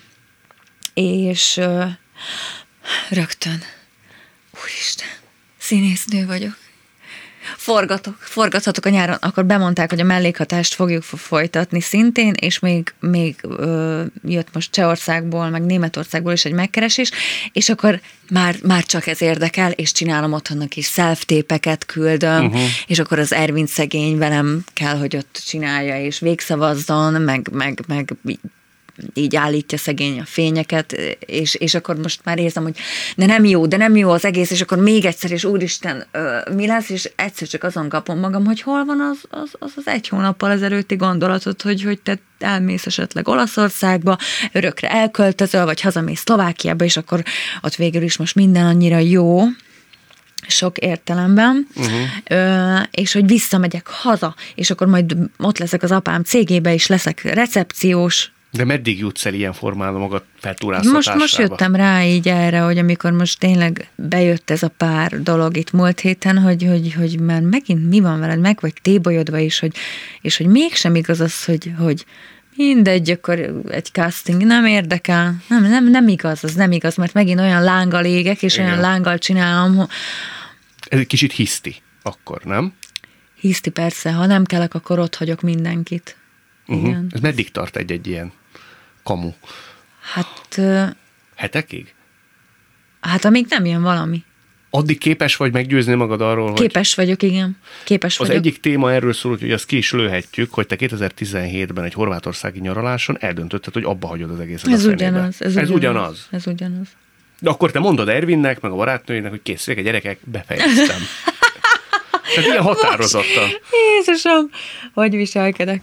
és rögtön, úristen, színésznő vagyok. forgathatok a nyáron, akkor bemondták, hogy a mellékhatást fogjuk folytatni szintén, és még jött most Csehországból, meg Németországból is egy megkeresés, és akkor már csak ez érdekel, és csinálom otthonnak is self-tépeket küldöm, és akkor az Ervin szegény velem kell, hogy ott csinálja, és végszavazzon, meg így állítja szegény a fényeket, és akkor most már érzem, hogy de nem jó az egész, és akkor még egyszer, és úristen, mi lesz, és egyszer csak azon kapom magam, hogy hol van az egy hónappal ezelőtti gondolatot, hogy te elmész esetleg Olaszországba, örökre elköltözöl, vagy hazamész Szlovákiába, és akkor ott végül is most minden annyira jó, sok értelemben, és hogy visszamegyek haza, és akkor majd ott leszek az apám cégébe, és leszek recepciós. De meddig jutsz el ilyen formálon magad feltúráztatásába? Most jöttem rá így erre, hogy amikor most tényleg bejött ez a pár dolog itt múlt héten, hogy már megint mi van veled, meg vagy tébolyodva is, és hogy mégsem igaz az, hogy mindegy, akkor egy casting nem érdekel. Nem igaz, az nem igaz, mert megint olyan lánggal égek, és olyan lánggal csinálom. Ez egy kicsit hiszti akkor, nem? Hiszti persze, ha nem kellek, akkor ott hagyok mindenkit. Igen. Ez meddig tart egy ilyen kamu? Hát... Hetekig? Hát amíg nem jön valami. Addig képes vagy meggyőzni magad arról, Képes vagyok, igen. Képes vagyok. Az egyik téma erről szól, hogy azt ki is lőhetjük, hogy te 2017-ben egy horvátországi nyaraláson eldöntötted, hogy abba hagyod az egészet. Ez ugyanaz. Ez ugyanaz. De akkor te mondod Ervinnek, meg a barátnőinek, hogy készüljek, a gyerekek, befejeztem. Tehát ilyen határozottan. Jézusom, hogy viselkedek.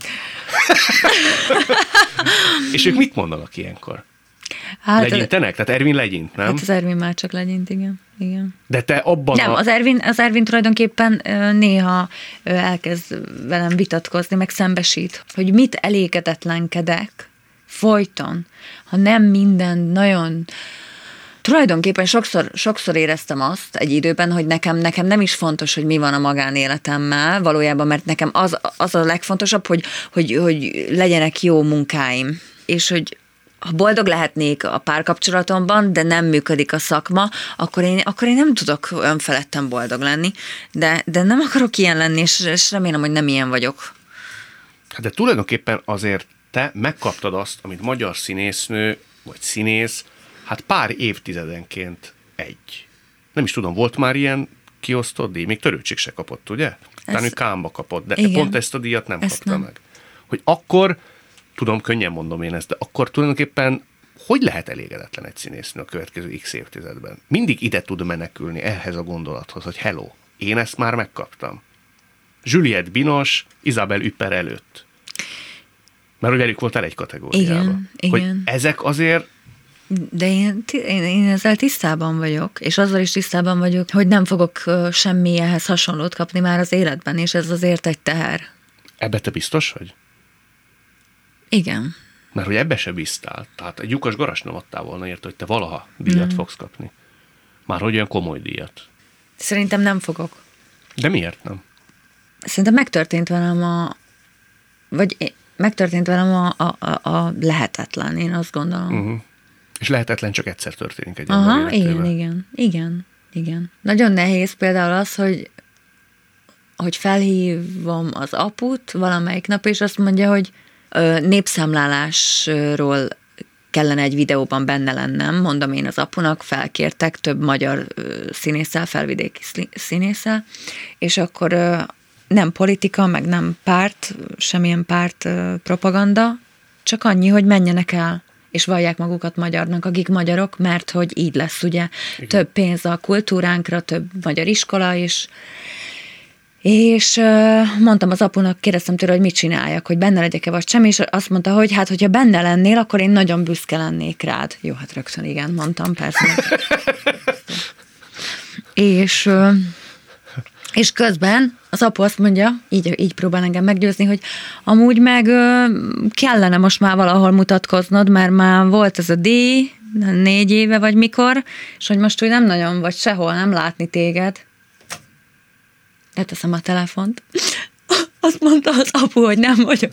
És ők mit mondanak ilyenkor? Hát, legyintenek? Tehát Ervin legyint, nem? Hát az Ervin már csak legyint, igen. De te abban nem, az Ervin tulajdonképpen néha elkezd velem vitatkozni, meg szembesít, hogy mit elégedetlenkedek folyton, ha nem minden nagyon... Tulajdonképpen sokszor éreztem azt egy időben, hogy nekem nem is fontos, hogy mi van a magánéletemmel valójában, mert nekem az a legfontosabb, hogy legyenek jó munkáim, és hogy ha boldog lehetnék a párkapcsolatomban, de nem működik a szakma, akkor én nem tudok önfeledten boldog lenni, de nem akarok ilyen lenni, és remélem, hogy nem ilyen vagyok. De tulajdonképpen azért te megkaptad azt, amit magyar színésznő vagy színész, hát pár évtizedenként egy. Nem is tudom, volt már ilyen kiosztott díj? Még Törőcsik se kapott, ugye? Talán ő Cannes-ba kapott, de igen, pont ezt a díjat nem kapta meg. Hogy akkor, tudom, könnyen mondom én ezt, de akkor tulajdonképpen hogy lehet elégedetlen egy színésznő a következő x évtizedben? Mindig ide tud menekülni ehhez a gondolathoz, hogy hello, én ezt már megkaptam. Juliette Binoche, Isabelle Huppert előtt. Mert hogy velük voltál egy kategóriában. Igen. Hogy ezek azért. De én ezzel tisztában vagyok, és azzal is tisztában vagyok, hogy nem fogok semmihez hasonlót kapni már az életben, és ez azért egy teher. Ebbe te biztos vagy? Igen. Mert hogy ebbe se bíztál. Tehát egy lyukas garast nem adtál volna érte, hogy te valaha díjat fogsz kapni. Már hogy olyan komoly díjat. Szerintem nem fogok. De miért nem? Szerintem megtörtént velem a lehetetlen, én azt gondolom. És lehetetlen csak egyszer történik egy ember életében. Igen. Nagyon nehéz például az, hogy felhívom az aput valamelyik nap, és azt mondja, hogy népszámlálásról kellene egy videóban benne lennem, mondom én az apunak, felkértek több magyar színésszel, felvidéki színésszel, és akkor nem politika, meg nem párt, semmilyen párt propaganda, csak annyi, hogy menjenek el, és vallják magukat magyarnak, akik magyarok, mert hogy így lesz, ugye, igen, több pénz a kultúránkra, több magyar iskola is. És mondtam az apunak, kérdeztem tőle, hogy mit csináljak, hogy benne legyek-e vagy sem, és azt mondta, hogy hát, hogyha benne lennél, akkor én nagyon büszke lennék rád. Jó, hát rögtön igen, mondtam, persze. És közben az apu azt mondja, így próbál engem meggyőzni, hogy amúgy meg kellene most már valahol mutatkoznod, mert már volt ez a díj, 4 éve vagy mikor, és hogy most úgy nem nagyon vagy sehol, nem látni téged. Leteszem a telefont. Azt mondta az apu, hogy nem vagyok.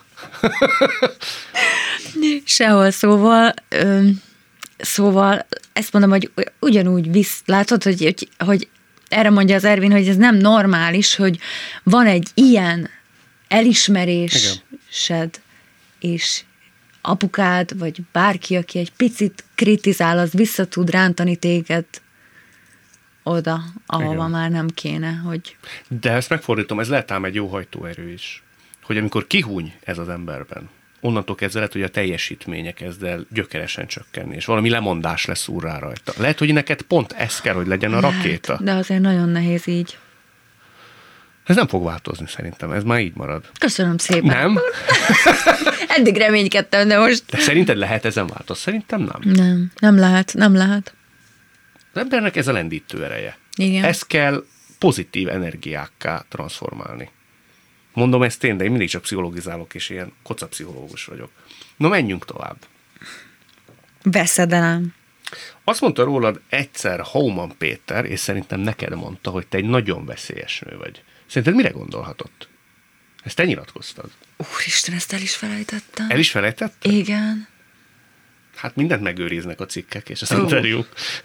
Sehol, szóval ezt mondom, hogy ugyanúgy látod, hogy erre mondja az Ervin, hogy ez nem normális, hogy van egy ilyen elismerésed, és apukád, vagy bárki, aki egy picit kritizál, az vissza tud rántani téged oda, ahova igen. Már nem kéne, hogy... De ezt megfordítom, ez lehet ám egy jó hajtóerő is, hogy amikor kihúny ez az emberben, onnantól kezdve lehet, hogy a teljesítménye kezd el gyökeresen csökkenni, és valami lemondás lesz rá rajta. Lehet, hogy neked pont ez kell, hogy legyen a rakéta. De azért nagyon nehéz így. Ez nem fog változni szerintem, ez már így marad. Köszönöm szépen. Nem? Eddig reménykedtem, de most... De szerinted lehet ezen változni? Szerintem nem. Nem lehet. Az embernek ez a lendítő ereje. Igen. Ezt kell pozitív energiákká transformálni. Mondom ezt én, de én mindig csak pszichologizálok, és ilyen kocapszichológus vagyok. No, menjünk tovább. Veszedelem. Azt mondta rólad egyszer Hauman Péter, és szerintem neked mondta, hogy te egy nagyon veszélyes nő vagy. Szerinted mire gondolhatott? Ezt te nyilatkoztad. Úristen, ezt el is felejtettem. El is felejtetted? Igen. Hát mindent megőriznek a cikkek és az interjúk.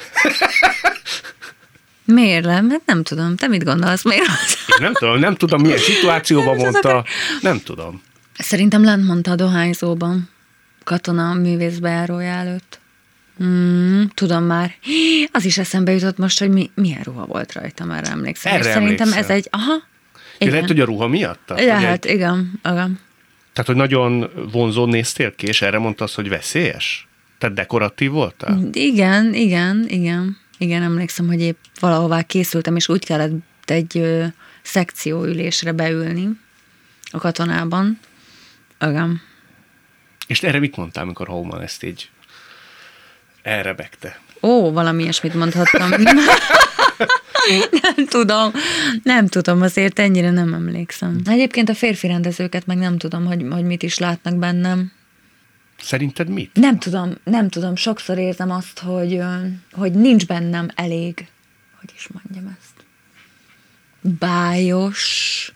Miért nem? Hát nem tudom. Te mit gondolsz? Miért? Nem tudom, milyen szituációban mondta. Nem tudom. Szerintem lent mondta a dohányzóban. Katona művészbejárója előtt. Tudom már. Az is eszembe jutott most, hogy milyen ruha volt rajtam, erre emlékszem. Erre szerintem ez egy... Igen. Lehet, hogy a ruha miatt? Lehet, igen. Tehát, hogy nagyon vonzón néztél ki, és erre mondta azt, hogy veszélyes? Tehát dekoratív voltál? Igen, emlékszem, hogy épp valahová készültem, és úgy kellett egy szekcióülésre beülni a Katonában. Igen. És erre mit mondtál, amikor Hauman ezt így elrebegte? Valami ilyesmit mondhattam. Nem tudom, azért ennyire nem emlékszem. Egyébként a férfi rendezőket meg nem tudom, hogy mit is látnak bennem. Szerinted mit? Nem tudom, sokszor érzem azt, hogy nincs bennem elég, hogy is mondjam ezt, bájos,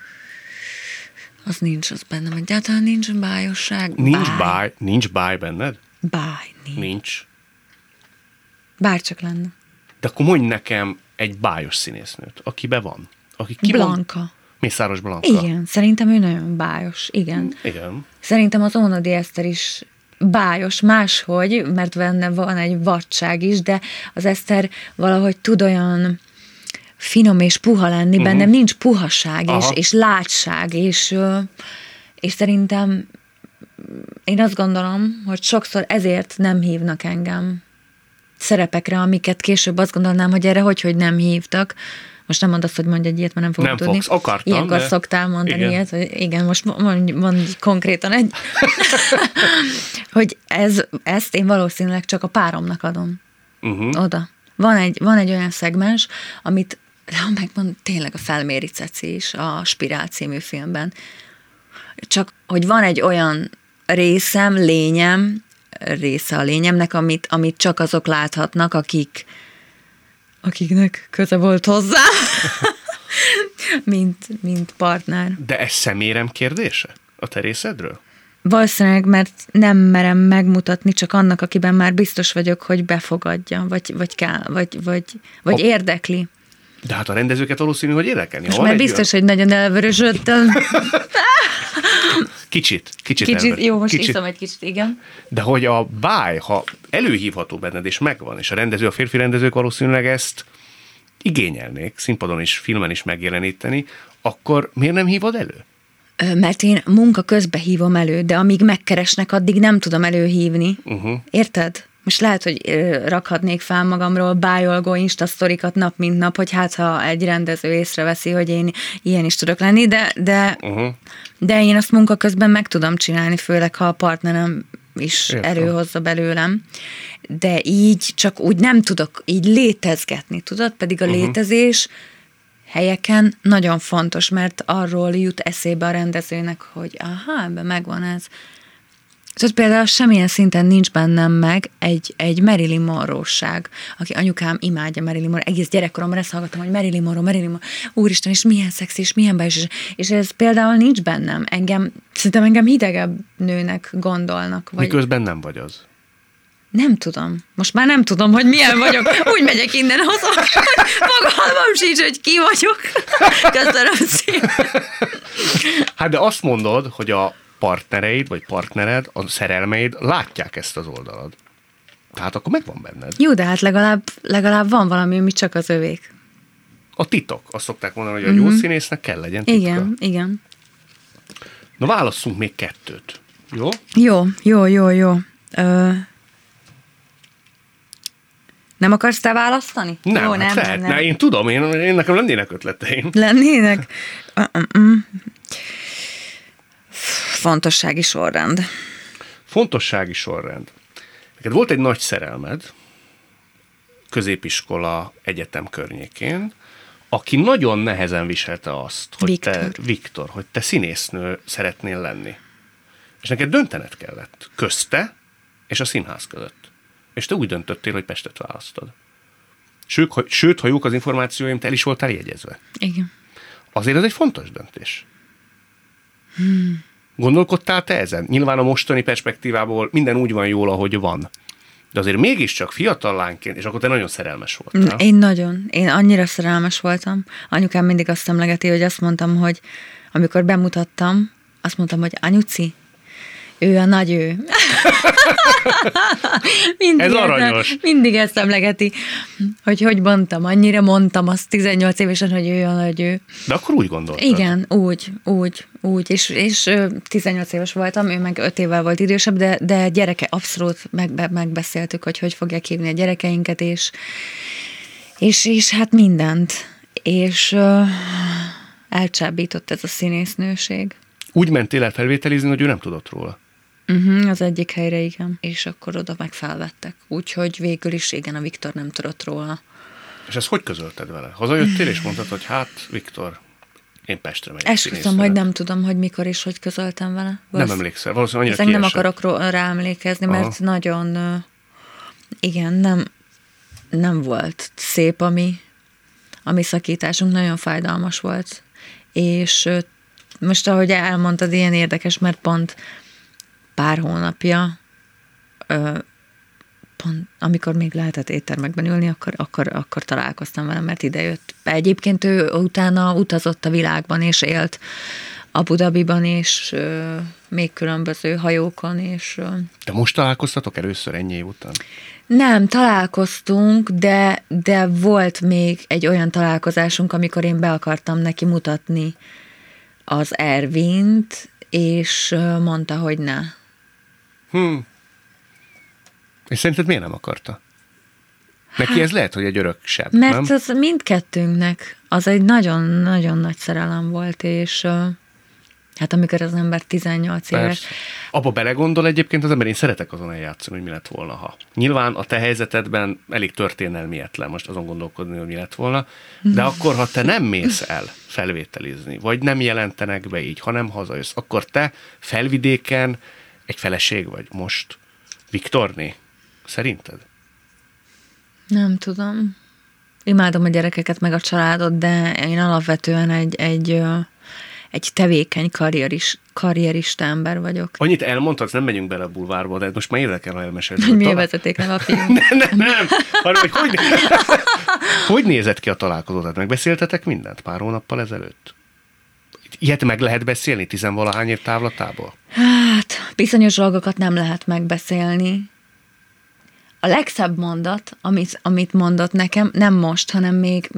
az nincs az bennem, egyáltalán nincs bájosság. Nincs báj benned? Báj, nincs. Bárcsak lenne. De akkor mondj nekem egy bájos színésznőt, akiben van. Blanka. Mészáros Blanka. Igen, szerintem ő nagyon bájos, igen. Igen. Szerintem az Ónodi Eszter is bájos, máshogy, mert benne van egy vadság is, de az Eszter valahogy tud olyan finom és puha lenni, bennem nincs puhaság és látság, és szerintem én azt gondolom, hogy sokszor ezért nem hívnak engem szerepekre, amiket később azt gondolnám, hogy erre hogy nem hívtak. Most nem mondd azt, hogy mondj egy ilyet, mert nem fogok tudni. Nem fogsz, akartam. Ilyenkor szoktál mondani ilyet, hogy igen, most mondj konkrétan egy. Hogy ezt én valószínűleg csak a páromnak adom. Oda. Van egy olyan szegmens, amit megmond tényleg a Felméri Ceci is a Spirál című filmben. Csak, hogy van egy olyan része a lényemnek, amit csak azok láthatnak, akiknek köze volt hozzá, mint partner. De ez szemérem kérdése a te részedről? Valószínűleg, mert nem merem megmutatni csak annak, akiben már biztos vagyok, hogy befogadja, vagy érdekli. De hát a rendezőket valószínű, hogy érdekelni. Most már biztos, hogy nagyon elvörösödtem. Kicsit. Jó, most iszom egy kicsit, igen. De hogy a báj, ha előhívható benned, és megvan, és a férfi rendezők valószínűleg ezt igényelnék, színpadon is, filmen is megjeleníteni, akkor miért nem hívod elő? Mert én munka közben hívom elő, de amíg megkeresnek, addig nem tudom előhívni. Érted? Most lehet, hogy rakhatnék fel magamról bájolgó instasztorikat nap mint nap, hogy hát ha egy rendező észreveszi, hogy én ilyen is tudok lenni, de én azt munka közben meg tudom csinálni, főleg ha a partnerem is előhozza belőlem. De így csak úgy nem tudok így létezgetni, tudod? Pedig a létezés helyeken nagyon fontos, mert arról jut eszébe a rendezőnek, hogy ebben megvan ez. Tehát például semmilyen szinten nincs bennem meg egy Marilyn Monroe-ság, aki anyukám imádja Marilyn Monroe, egész gyerekkoromban ezt hallgattam, hogy Marilyn Monroe, úristen, és milyen szexi, és milyen bájos, és ez például nincs bennem, szerintem engem hidegebb nőnek gondolnak. Miközben nem vagy az. Nem tudom. Most már nem tudom, hogy milyen vagyok. Úgy megyek innen haza, fogalmam sincs, hogy ki vagyok. Köszönöm szépen. Hát de azt mondod, hogy a partnereid, vagy partnered, a szerelmeid látják ezt az oldalad. Tehát akkor megvan benned. Jó, de hát legalább van valami, ami csak az övék. A titok. Azt szokták mondani, hogy a jó színésznek kell legyen titka. Igen. Na válasszunk még 2. Jó? Jó. Nem akarsz te választani? Nem, Jó, hát nem. Én tudom, én nekem lennének ötleteim. Lennének? Fontossági sorrend. Fontossági sorrend. Neked volt egy nagy szerelmed, középiskola, egyetem környékén, aki nagyon nehezen viselte azt, hogy Viktor, hogy te színésznő szeretnél lenni. És neked döntened kellett közte és a színház között. És te úgy döntöttél, hogy Pestet választod. Sőt, ha jók az információim, te el is voltál jegyezve. Igen. Azért ez egy fontos döntés. Gondolkodtál te ezen? Nyilván a mostani perspektívából minden úgy van jól, ahogy van. De azért mégiscsak fiatal lányként, és akkor te nagyon szerelmes voltál. Én annyira szerelmes voltam. Anyukám mindig azt emlegeti, hogy azt mondtam, hogy amikor bemutattam, azt mondtam, hogy anyuci, ő a nagy ő. Ez aranyos. Mindig ezt emlegeti, hogy mondtam, annyira mondtam azt 18 évesen, hogy ő a nagy ő. De akkor úgy gondoltad? Igen, úgy. És 18 éves voltam, ő meg 5 évvel volt idősebb, de gyereke, abszolút megbeszéltük, hogy fogják hívni a gyerekeinket, és hát mindent. És elcsábított ez a színésznőség. Úgy mentél el felvételizni, hogy ő nem tudott róla? Az egyik helyre, igen. És akkor oda meg felvettek. Úgyhogy végül is, igen, a Viktor nem tudott róla. És ezt hogy közölted vele? Hazajöttél és mondtad, hogy hát, Viktor, én Pestre megyek. Esküszöm, hogy nem tudom, hogy mikor és hogy közöltem vele. Nem emlékszel, valószínűleg annyira nem akarok rá emlékezni, mert nagyon, igen, nem volt szép a mi szakításunk, nagyon fájdalmas volt. És most, ahogy elmondtad, ilyen érdekes, mert pont pár hónapja, pont amikor még lehetett éttermekben ülni, akkor találkoztam vele, mert idejött. Egyébként ő utána utazott a világban, és élt Abu Dhabiban, és még különböző hajókon. És, de most találkoztatok először ennyi év után? Nem, találkoztunk, de volt még egy olyan találkozásunk, amikor én be akartam neki mutatni az Ervint, és mondta, hogy ne. És szerinted miért nem akarta? Neki ez lehet, hogy egy örök seb, mert nem? az mindkettőnknek az egy nagyon-nagyon nagy szerelem volt, és hát amikor az ember 18 éves. Persze. Abba belegondol egyébként az ember, én szeretek azon eljátszani, hogy mi lett volna, ha. Nyilván a te helyzetedben elég történelmietlen most azon gondolkodni, hogy mi lett volna, de akkor, ha te nem mész el felvételizni, vagy nem jelentenek be így, hanem hazajössz, akkor te felvidéken egy feleség vagy most. Viktorné? Szerinted? Nem tudom. Imádom a gyerekeket, meg a családot, de én alapvetően egy tevékeny karrierista ember vagyok. Annyit elmondtad, nem megyünk bele a bulvárba, de most már érdekel, ha elmesélni. Hogy miért vezeték nem a fiúm? Nem. Hanem, hogy nézett ki a találkozót? Megbeszéltetek mindent pár hónappal ezelőtt? Ilyet meg lehet beszélni 10-valahány év távlatából? Hát, bizonyos dolgokat nem lehet megbeszélni. A legszebb mondat, amit mondott nekem, nem most, hanem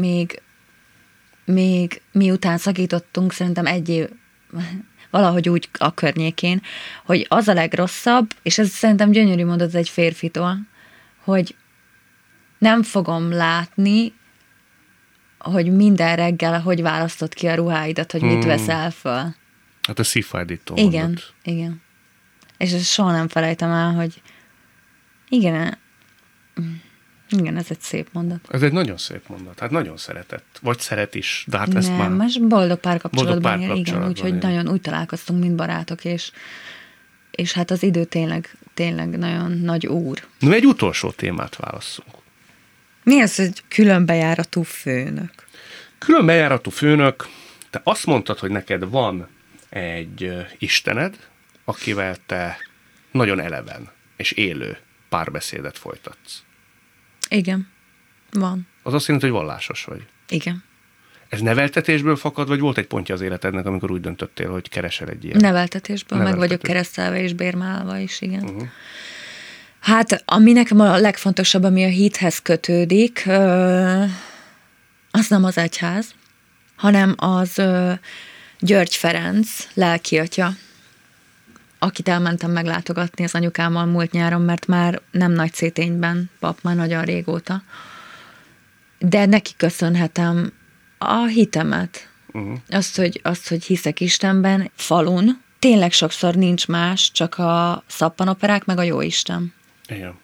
még miután szakítottunk, szerintem 1 év, valahogy úgy a környékén, hogy az a legrosszabb, és ez szerintem gyönyörű mondat egy férfitól, hogy nem fogom látni, hogy minden reggel hogy választod ki a ruháidat, hogy mit veszel föl. Hát a szívfájdító mondat. Igen. És ezt soha nem felejtem el, hogy igen, ez egy szép mondat. Ez egy nagyon szép mondat. Hát nagyon szeretett. Vagy szeret is, de hát ezt nem, már... most boldog párkapcsolatban él, igen, úgyhogy él. nagyon úgy találkoztunk, mint barátok, és hát az idő tényleg nagyon nagy úr. Na, egy utolsó témát válasszunk. Mi az, hogy különbejáratú főnök? Különbejáratú főnök, te azt mondtad, hogy neked van egy istened, akivel te nagyon eleven és élő párbeszédet folytatsz. Igen, van. Az azt jelenti, hogy vallásos vagy. Igen. Ez neveltetésből fakad, vagy volt egy pontja az életednek, amikor úgy döntöttél, hogy keresel egy ilyen? Neveltetésből, meg vagyok keresztelve és bérmálva is, igen. Hát, ami nekem a legfontosabb, ami a hithez kötődik, az nem az egyház, hanem az György Ferenc, lelkiatya, akit elmentem meglátogatni az anyukámmal múlt nyáron, mert már nem Nagy Szétényben pap, már nagyon régóta. De neki köszönhetem a hitemet. Azt, hogy hiszek Istenben, falun. Tényleg sokszor nincs más, csak a szappanoperák, meg a Jóisten. Igen.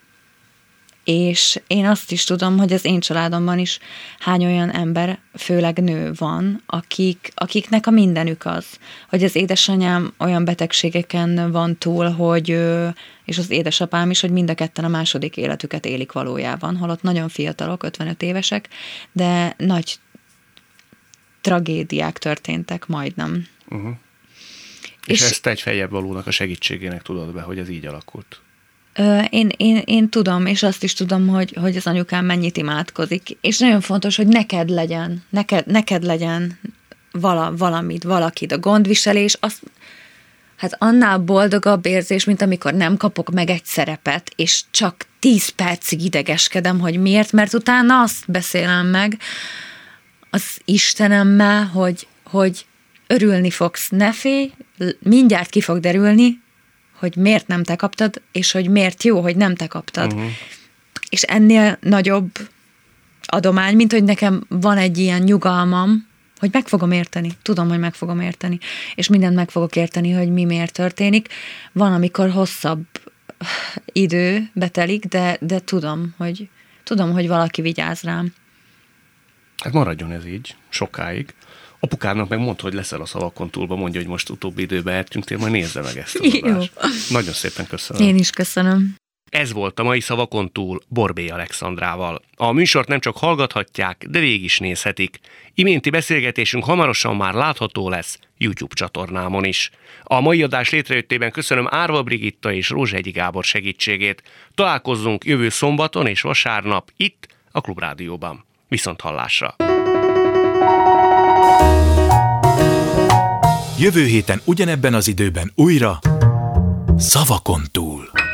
És én azt is tudom, hogy az én családomban is hány olyan ember, főleg nő van, akiknek a mindenük az, hogy az édesanyám olyan betegségeken van túl, hogy, és az édesapám is, hogy mind a ketten a második életüket élik valójában, holott nagyon fiatalok, 55 évesek, de nagy tragédiák történtek majdnem. És ezt egy feljebb valónak a segítségének tudod be, hogy ez így alakult? Én tudom, és azt is tudom, hogy az anyukám mennyit imádkozik, és nagyon fontos, hogy neked legyen valakid a gondviselés, hát annál boldogabb érzés, mint amikor nem kapok meg egy szerepet, és csak 10 percig idegeskedem, hogy miért, mert utána azt beszélem meg az Istenemmel, hogy örülni fogsz, ne félj, mindjárt ki fog derülni, hogy miért nem te kaptad, és hogy miért jó, hogy nem te kaptad. És ennél nagyobb adomány, mint hogy nekem van egy ilyen nyugalmam, hogy meg fogom érteni. Tudom, hogy meg fogom érteni. És mindent meg fogok érteni, hogy mi miért történik. Van, amikor hosszabb idő betelik, de tudom, hogy valaki vigyáz rám. Hát maradjon ez így, sokáig. Apukádnak meg mondta, hogy leszel a szavakon túlba, mondja, hogy most utóbbi időben eltűntél, majd nézze meg ezt az adást. Nagyon szépen köszönöm. Én is köszönöm. Ez volt a mai Szavakon túl Borbély Alexandrával. A műsort nem csak hallgathatják, de végig is nézhetik. Iménti beszélgetésünk hamarosan már látható lesz YouTube csatornámon is. A mai adás létrejöttében köszönöm Árva Brigitta és Rózsahegyi Gábor segítségét. Találkozzunk jövő szombaton és vasárnap itt a Klubrádióban. Viszonthallásra! Jövő héten ugyanebben az időben újra Szavakon túl.